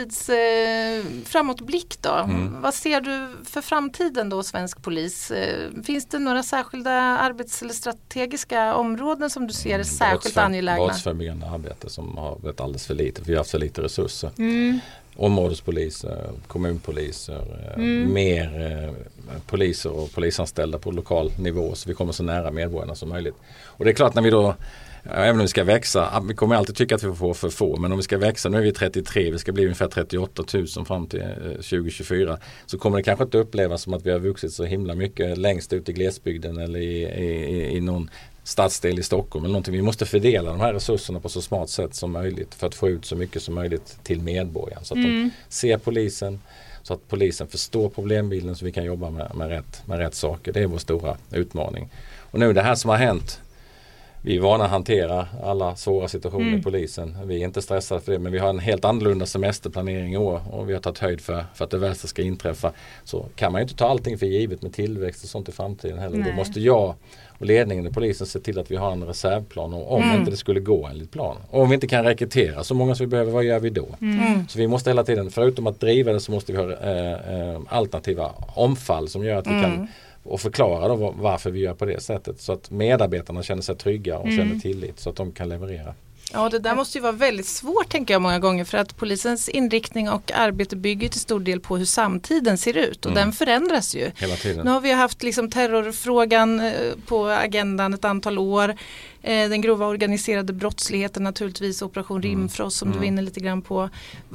framåtblick då. Vad ser du för framtiden då, svensk polis? Finns det några särskilda eller strategiska områden som du ser är särskilt angelägna? Brottsförebyggande arbete som har varit alldeles för lite. Vi har haft för lite resurser. Områdespoliser, kommunpoliser, mer poliser och polisanställda på lokal nivå så vi kommer så nära medborgarna som möjligt. Och det är klart när vi då även om vi ska växa, vi kommer alltid tycka att vi får för få, men om vi ska växa, nu är vi 33, vi ska bli ungefär 38 000 fram till 2024, så kommer det kanske inte upplevas som att vi har vuxit så himla mycket längst ut i glesbygden eller i någon stadsdel i Stockholm eller någonting. Vi måste fördela de här resurserna på så smart sätt som möjligt för att få ut så mycket som möjligt till medborgarna. Så att de ser polisen, så att polisen förstår problembilden så vi kan jobba med rätt saker. Det är vår stora utmaning. Och nu det här som har hänt Vi är vana att hantera alla svåra situationer i polisen. Vi är inte stressade för det, men vi har en helt annorlunda semesterplanering i år och vi har tagit höjd för att det värsta ska inträffa. Så kan man ju inte ta allting för givet med tillväxt och sånt i framtiden heller. Då måste jag och ledningen i polisen se till att vi har en reservplan om inte det skulle gå enligt plan. Och om vi inte kan rekrytera så många som vi behöver, vad gör vi då? Så vi måste hela tiden, förutom att driva det, så måste vi ha alternativa omfall som gör att vi kan och förklara då varför vi gör på det sättet. Så att medarbetarna känner sig trygga och känner tillit så att de kan leverera. Ja, det där måste ju vara väldigt svårt, tänker jag många gånger, för att polisens inriktning och arbete bygger till stor del på hur samtiden ser ut och den förändras ju. Hela tiden. Nu har vi haft liksom terrorfrågan på agendan ett antal år. Den grova organiserade brottsligheten naturligtvis, Operation Rimfrost som du var inne lite grann på.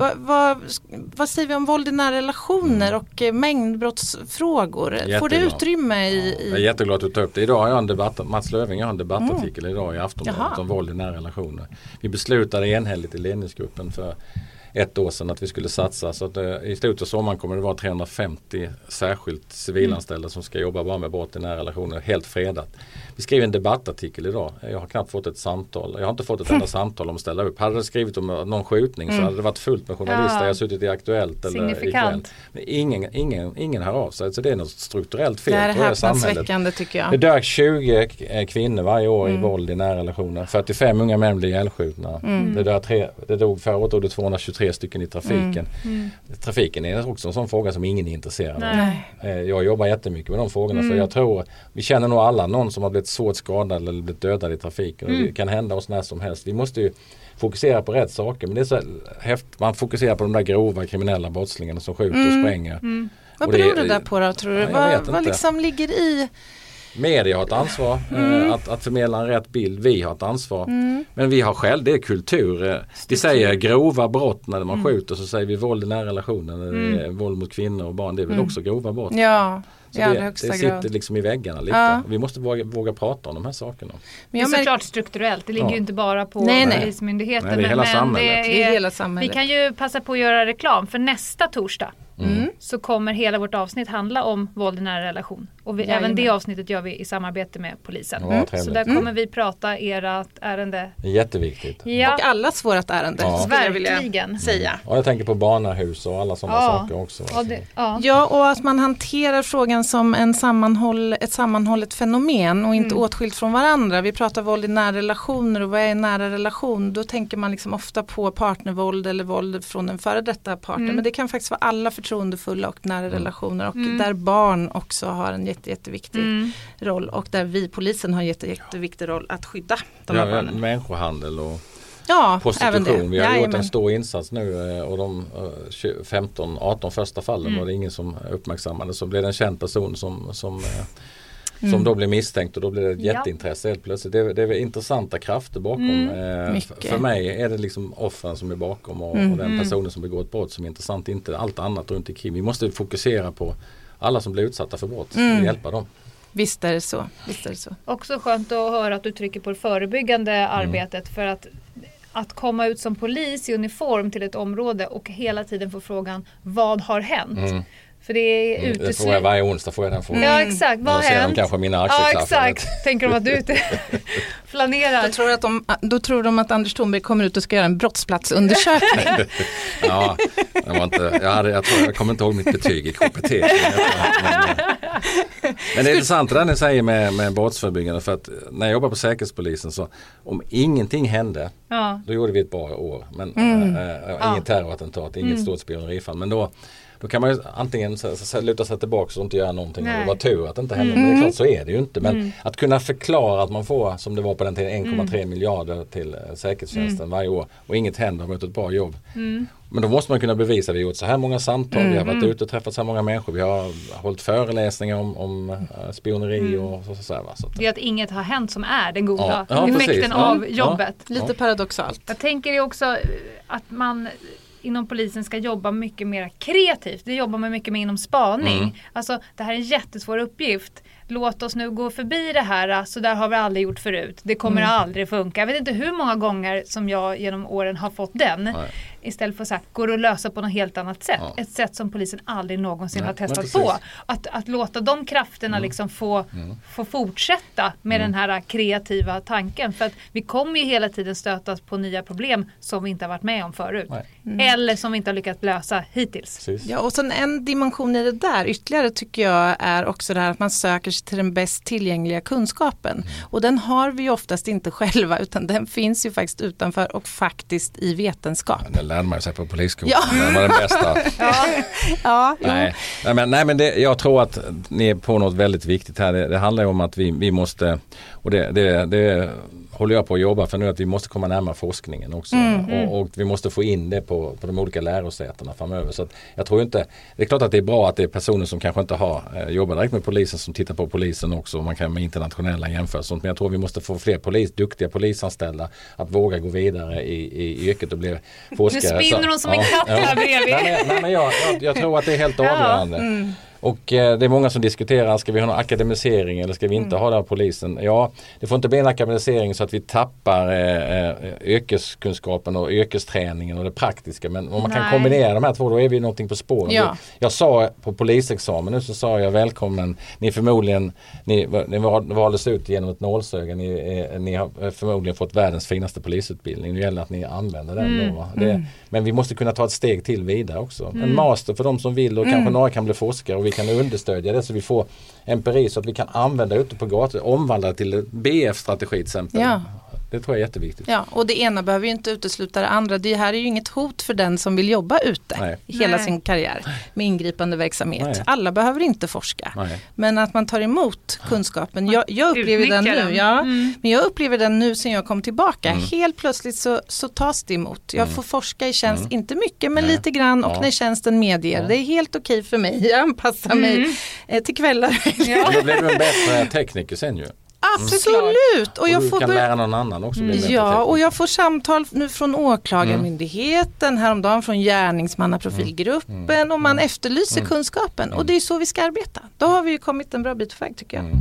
Vad säger vi om våld i nära relationer och mängdbrottsfrågor? Jättebra. Får det utrymme i... Jag är jätteglad att du tar upp det. Idag har jag en debatt, Mats Löfving har en debattartikel idag i Aftonbladet om våld i nära relationer. Vi beslutade enhälligt i ledningsgruppen för ett år sedan att vi skulle satsa, så att i slutet av sommaren kommer det vara 350 särskilt civilanställda som ska jobba bara med brott i nära relationer, helt fredat. Vi skrev en debattartikel idag. Jag har knappt fått ett samtal. Jag har inte fått ett enda samtal om att ställa upp. Hade det skrivit om någon skjutning så hade det varit fullt med journalister. Jag har suttit i Aktuellt eller ikväll. Men ingen hör av sig. Så det är något strukturellt fel. Det är häpnadsväckande, tycker jag. Det dör 20 kvinnor varje år i våld i nära relationer. 45 unga män blir ihjälskjutna. Det dog förra året 223 stycken i trafiken. Trafiken är också en sån fråga som ingen är intresserad av. Jag jobbar jättemycket med de frågorna för jag tror, vi känner nog alla någon som har blivit svårt skadad eller blivit dödad i trafiken. Och det kan hända oss när som helst. Vi måste ju fokusera på rätt saker, men det är så häftigt. Man fokuserar på de där grova kriminella brottslingarna som skjuter och spränger. Vad beror det där på då, tror du? Vad liksom ligger i... Media har ett ansvar att förmedla en rätt bild. Vi har ett ansvar. Men vi har själv, det är kultur. Vi säger grova brott när man skjuter, så säger vi våld i nära relationer. Våld mot kvinnor och barn, det är väl också grova brott. Ja, så det sitter liksom i väggarna lite. Ja. Vi måste våga prata om de här sakerna. Men det är såklart strukturellt. Det ligger ju inte bara på polismyndigheten. Nej, det är hela samhället. Det är hela samhället. Vi kan ju passa på att göra reklam för nästa torsdag. Så kommer hela vårt avsnitt handla om våld i nära relation. Och även det avsnittet gör vi i samarbete med polisen. Så där kommer vi prata ert ärende. Det är jätteviktigt. Ja. Och allas vårt ärende. Ja. Verkligen säga. Och jag tänker på barnahus och alla sådana saker också. Ja, och att man hanterar frågan som ett sammanhållet fenomen och inte åtskilt från varandra. Vi pratar våld i nära relationer, och vad är en nära relation? Då tänker man liksom ofta på partnervåld eller våld från en före detta partner. Men det kan faktiskt vara alla förtroendefulla och nära relationer, och där barn också har en jätteviktig roll, och där vi polisen har en jätteviktig roll att skydda de här barnen. Människohandel och Även prostitution. det. Vi har gjort en stor insats nu, och de 15-18 första fallen var det ingen som uppmärksammade. Så blev det en känd person som då blev misstänkt, och då blev det ett jätteintresse helt plötsligt. Det är väl intressanta krafter bakom. För mig är det liksom offren som är bakom och den personen som begår ett brott som är intressant, inte allt annat runt omkring. Vi måste fokusera på alla som blir utsatta för brott och hjälpa dem. Visst är det så. Också skönt att höra att du trycker på det förebyggande arbetet, för att komma ut som polis i uniform till ett område och hela tiden få frågan, vad har hänt? För det är det får jag varje onsdag, får jag den frågan. Ja, exakt. Vad har hänt? De kanske mina axelklaffar. Ja, exakt. Tänker de att du ute flanerar. Då tror de att Anders Thornberg kommer ut och ska göra en brottsplatsundersökning. Ja, jag kommer inte ihåg mitt betyg i KPT. Men det är intressant det där ni säger med brottsförebyggande, för att när jag jobbar på Säkerhetspolisen, så om ingenting hände, då gjorde vi ett bra år. Men inget terrorattentat, inget stort spionerifall. Men då kan man ju antingen luta sig tillbaka och inte göra någonting. Och det var tur att det inte hände. Men det är klart, så är det ju inte. Men att kunna förklara att man får, som det var på den tiden, 1,3 miljarder till säkerhetstjänsten varje år, och inget händer, har gjort ett bra jobb. Men då måste man kunna bevisa att vi har gjort så här många samtal, vi har varit ute och träffat så här många människor, vi har hållit föreläsningar om spioneri och så här. Så det är att inget har hänt som är den goda effekten av jobbet. Lite paradoxalt. Jag tänker också att man inom polisen ska jobba mycket mer kreativt. Det jobbar man mycket mer inom spaning. Alltså, det här är en jättesvår uppgift. Låt oss nu gå förbi det här, så där har vi aldrig gjort förut. Det kommer aldrig funka. Jag vet inte hur många gånger som jag genom åren har fått den. istället för så här, går det att lösa på något helt annat sätt? Ja. Ett sätt som polisen aldrig någonsin har testat precis. på. Att låta de krafterna liksom få fortsätta med den här kreativa tanken. För att vi kommer ju hela tiden stötas på nya problem som vi inte har varit med om förut. Eller som vi inte har lyckats lösa hittills. Precis. Ja, och sen en dimension i det där ytterligare tycker jag är också det här att man söker sig till den bäst tillgängliga kunskapen. Och den har vi ju oftast inte själva, utan den finns ju faktiskt utanför och faktiskt i vetenskap. Det lärde man sig på polisskolan. Ja. Det var den bästa. Ja, Nej, men jag tror att ni är på något väldigt viktigt här. Det handlar ju om att vi måste, och det håller jag på att jobba för nu, att vi måste komma närmare forskningen också. Och vi måste få in det på de olika lärosätena framöver. Så att jag tror inte, det är klart att det är bra att det är personer som kanske inte har jobbat direkt med polisen som tittar på polisen också, och man kan med internationella jämförelser. Men jag tror vi måste få fler duktiga polisanställda att våga gå vidare i yrket och bli forskare. Nu spinner hon som en katt här bredvid. Nej, men jag tror att det är helt avgörande. Och det är många som diskuterar, ska vi ha en akademisering eller ska vi inte ha det av polisen? Ja, det får inte bli en akademisering så att vi tappar yrkeskunskapen och yrkesträningen och det praktiska. Men om man kan kombinera de här två, då är vi någonting på spåren. Ja. Jag sa på polisexamen nu, så sa jag välkommen, ni valdes ut genom ett nålsöga, ni har förmodligen fått världens finaste polisutbildning. Det gäller att ni använder den då. Men vi måste kunna ta ett steg till vidare också. En master för de som vill, och kanske några kan bli forskare, och vi kan understödja det så vi får empiri så att vi kan använda ute på gator, omvandla till BF-strategi till exempel. Ja. Det tror jag är jätteviktigt. Ja, och det ena behöver ju inte utesluta det andra. Det här är ju inget hot för den som vill jobba ute hela sin karriär med ingripande verksamhet. Nej. Alla behöver inte forska. Nej. Men att man tar emot kunskapen. Jag upplever den nu. Ja, men jag upplever den nu sen jag kom tillbaka. Helt plötsligt så tas det emot. Jag får forska i tjänst, inte mycket men lite grann, och när tjänsten medger. Det är helt okej för mig. Jag anpassar mig till kvällar. Då blir du en bättre tekniker sen ju. Absolut. Och jag kan lära någon annan också. Ja, och jag får samtal nu från åklagarmyndigheten, häromdagen från gärningsmannaprofilgruppen, och man efterlyser kunskapen. Och det är så vi ska arbeta. Då har vi ju kommit en bra bit på väg, tycker jag.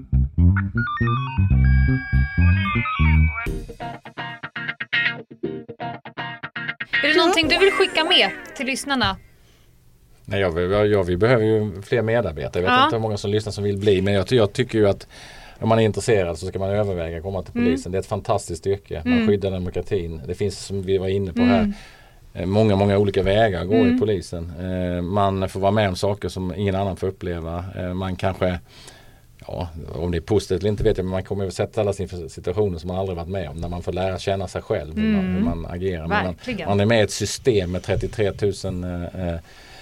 Är det någonting du vill skicka med till lyssnarna? Nej, vi behöver ju fler medarbetare. Jag vet inte hur många som lyssnar som vill bli, men jag tycker ju att om man är intresserad så ska man överväga att komma till polisen. Det är ett fantastiskt yrke. Man skyddar demokratin. Det finns, som vi var inne på här, många olika vägar att gå i polisen. Man får vara med om saker som ingen annan får uppleva. Man kanske, om det är positivt eller inte vet jag, men man kommer att sätta alla inför situationer som man aldrig varit med om, när man får lära känna sig själv hur man agerar. Man är med i ett system med 33 000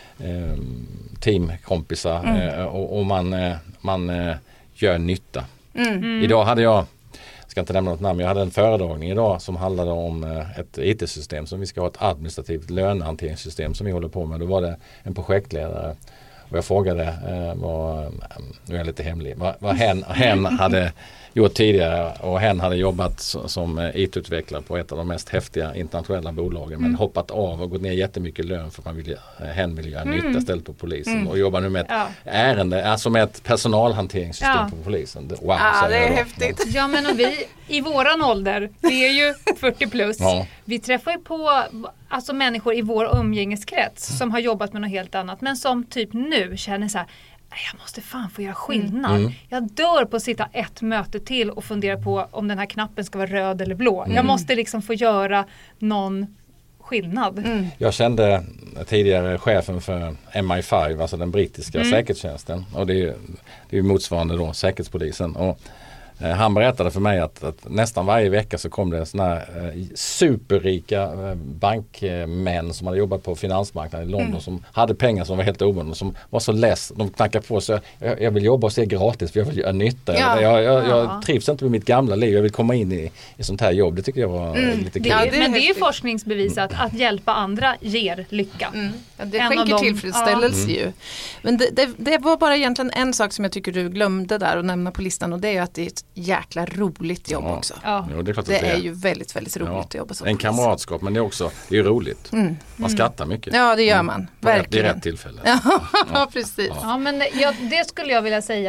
teamkompisar och man gör nytta. Idag hade jag ska inte nämna något namn, jag hade en föredragning idag som handlade om ett IT-system som vi ska ha, ett administrativt lönehanteringssystem som vi håller på med. Då var det en projektledare och jag frågade nu är jag lite hemlig, vad hen hade gjort tidigare, och hen hade jobbat som IT-utvecklare på ett av de mest häftiga internationella bolagen, men hoppat av och gått ner jättemycket lön för att hen vill göra nytta ställt på polisen och jobbar nu med ett ärende, alltså med ett personalhanteringssystem på polisen. Wow, det är häftigt. Ja, men och vi i våran ålder, vi är ju 40 plus, vi träffar ju på alltså människor i vår umgängeskrets som har jobbat med något helt annat, men som typ nu känner så här: jag måste fan få göra skillnad. Jag dör på att sitta ett möte till och fundera på om den här knappen ska vara röd eller blå. Jag måste liksom få göra någon skillnad. Jag kände tidigare chefen för MI5, alltså den brittiska säkerhetstjänsten, och det är motsvarande då säkerhetspolisen, och han berättade för mig att nästan varje vecka så kom det såna här superrika bankmän som hade jobbat på finansmarknaden i London som hade pengar som var helt obundna, som var så less. De knackade på så jag vill jobba och se gratis för jag vill göra nytta. Jag trivs inte med mitt gamla liv. Jag vill komma in i sånt här jobb. Det tycker jag var lite kul. Men det är ju forskningsbevisat att hjälpa andra ger lycka. Det skänker tillfredsställelse ju. Men det var bara egentligen en sak som jag tycker du glömde där att nämna på listan, och det är ju att det är ett jäkla roligt jobb också. Jo, det är klart att det är ju väldigt, väldigt roligt att jobba som en kamratskap, men det är roligt. Man skrattar mycket. Ja, det gör man. Verkligen. Det är rätt tillfälle. Ja, precis. Ja, men det skulle jag vilja säga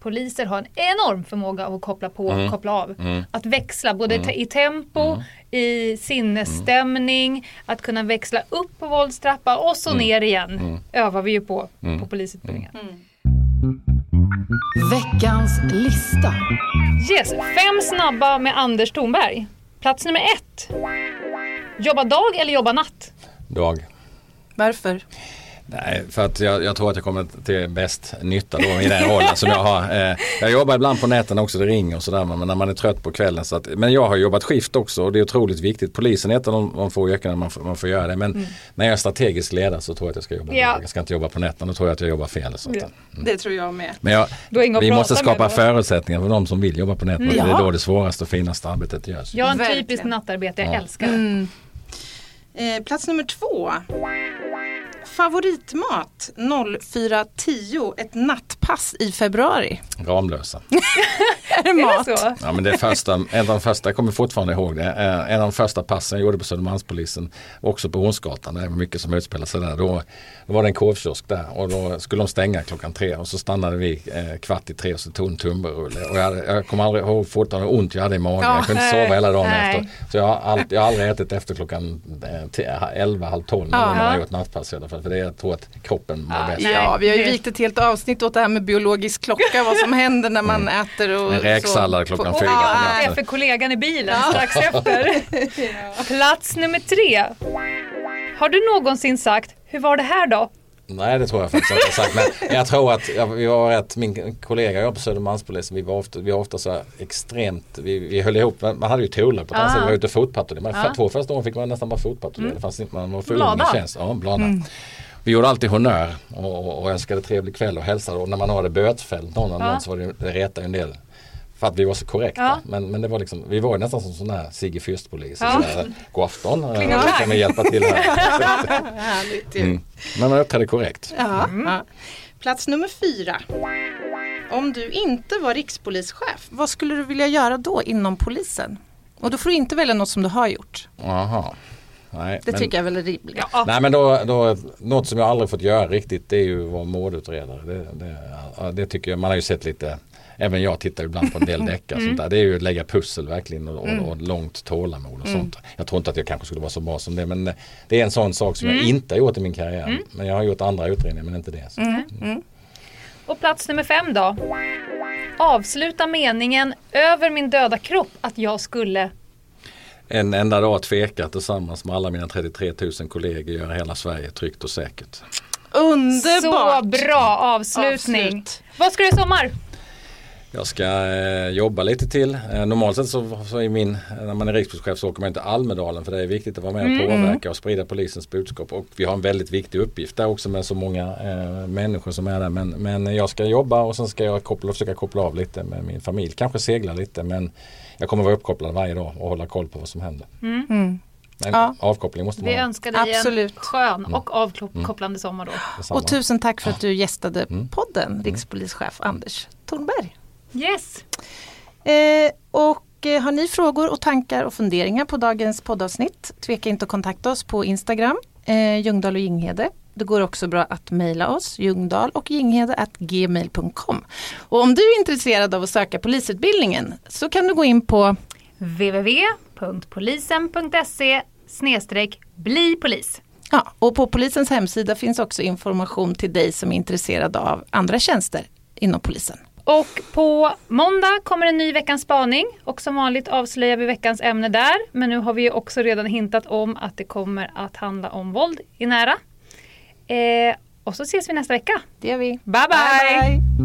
poliser har en enorm förmåga av att koppla på och koppla av. Att växla både i tempo, i sinnesstämning, att kunna växla upp på våldstrappa och så ner igen. Övar vi ju på polisutbildningen. Veckans lista. Yes, 5 snabba med Anders Thornberg. Plats nummer 1. Jobba dag eller jobba natt? Dag. Varför? Nej, för att jag tror att jag kommer till bäst nytta då i den rollen som jag har. Jag jobbar ibland på näten också, det ringer och sådär, men när man är trött på kvällen. Så att, men jag har jobbat skift också och det är otroligt viktigt. Polisen är ett av de få yrken man får göra det. Men när jag är strategisk ledare så tror jag att jag ska jobba. Jag ska inte jobba på näten, då tror jag att jag jobbar fel. Så Det tror jag med. Men vi måste skapa förutsättningar för de som vill jobba på näten. Det är då det svåraste och finaste arbetet görs. Jag är en typisk nattarbete, jag älskar det. Plats nummer 2. Favoritmat 04:10, ett nattpass i februari. Ramlösa. Är det mat? Är det så? Ja, men det är en av de första, jag kommer fortfarande ihåg det. En av de första passen jag gjorde på Södermalmspolisen, också på Hornsgatan, det var mycket som utspelade sig där. Då var det en korvkiosk där och då skulle de stänga 3:00 och så stannade vi 2:15 och så tog en tunnbrödsrulle. Och jag kommer aldrig ihåg fortfarande hur ont jag hade i magen. Jag kunde inte sova hela dagen efter. Så jag har aldrig ätit efter 11, halv 12 när jag har gjort nattpass i alla fall. För det jag tror att kroppen mår bäst. Ja, vi har ju vikt ett helt avsnitt åt det här med biologisk klocka, vad som händer när man äter. Och en räksallad 4:00. Det är för kollegan i bilen strax efter. Plats nummer 3. Har du någonsin sagt, hur var det här då? Nej, det tror jag faktiskt inte sagt. Men jag tror att vi var rätt, min kollega jag på Södermalmspolisen, vi var ofta så extremt, vi höll ihop, man hade ju tolar på vi var ute och fotpatrullerade. 2 första åren fick man nästan bara fotpatrullera. Det fanns inte, man var för ung i tjänst. Ja, blada. Vi gjorde alltid honör och önskade trevlig kväll och hälsade. Och när man hade bötfällt någon så var det retade en del. För att vi var så korrekta. Men det var liksom, vi var nästan som sån här Sigge Fürst-polis. God afton, kan vi hjälpa till här. Härligt ju. Men man uppträdde korrekt. Plats nummer 4. Om du inte var rikspolischef, vad skulle du vilja göra då inom polisen? Och då får du inte välja något som du har gjort. Aha. Nej, det tycker jag väl är rimligt. Nej, men då, något som jag aldrig fått göra riktigt, det är ju att vara mordutredare. Det tycker jag, man har ju sett lite, även jag tittar ibland på en del deckar sånt där. Det är ju att lägga pussel verkligen och långt tålamod och sånt. Jag tror inte att jag kanske skulle vara så bra som det, men det är en sån sak som jag inte har gjort i min karriär. Men jag har gjort andra utredningar, men inte det. Och plats nummer 5 då. Avsluta meningen över min döda kropp att jag skulle... En enda dag tveka tillsammans med alla mina 33 000 kollegor göra hela Sverige tryggt och säkert. Underbart! Så bra avslutning. Vad ska du i sommar? Jag ska jobba lite till. Normalt sett så är när man är rikspolischef så åker man inte Almedalen, för det är viktigt att vara med och påverka och sprida polisens budskap. Och vi har en väldigt viktig uppgift där också med så många människor som är där. Men jag ska jobba och sen ska jag försöka koppla av lite med min familj. Kanske segla lite, men jag kommer vara uppkopplad varje dag och hålla koll på vad som händer. Men avkoppling måste man ha. Vi önskar dig en skön och avkopplande sommar då. Och tusen tack för att du gästade podden, rikspolischef Anders Thornberg. Yes. Och har ni frågor och tankar och funderingar på dagens poddavsnitt, tveka inte att kontakta oss på Instagram, Ljungdahl och Ginghede. Det går också bra att mejla oss, ljungdahl@gmail.com. Och om du är intresserad av att söka polisutbildningen så kan du gå in på www.polisen.se/blipolis. Ja, och på polisens hemsida finns också information till dig som är intresserad av andra tjänster inom polisen. Och på måndag kommer en ny veckans spaning och som vanligt avslöjar vi veckans ämne där. Men nu har vi också redan hintat om att det kommer att handla om våld i nära. Och så ses vi nästa vecka. Det gör vi. Bye bye! Bye, bye.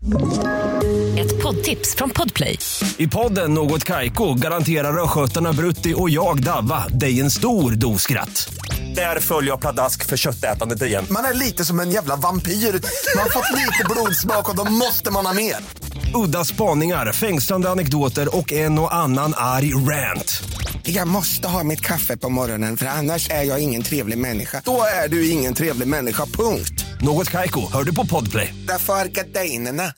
Ett poddtips från Podplay. I podden Något Kaiko garanterar röskötarna Brutti och jag Davva dig en stor dos skratt. Där följer jag pladask för köttätandet igen. Man är lite som en jävla vampyr. Man har fått lite blodsmak och då måste man ha mer. Udda spaningar, fängslande anekdoter och en och annan arg rant. Jag måste ha mitt kaffe på morgonen för annars är jag ingen trevlig människa. Då är du ingen trevlig människa, punkt. Något Kaiko, hör du på Podplay. Därför är gardinerna.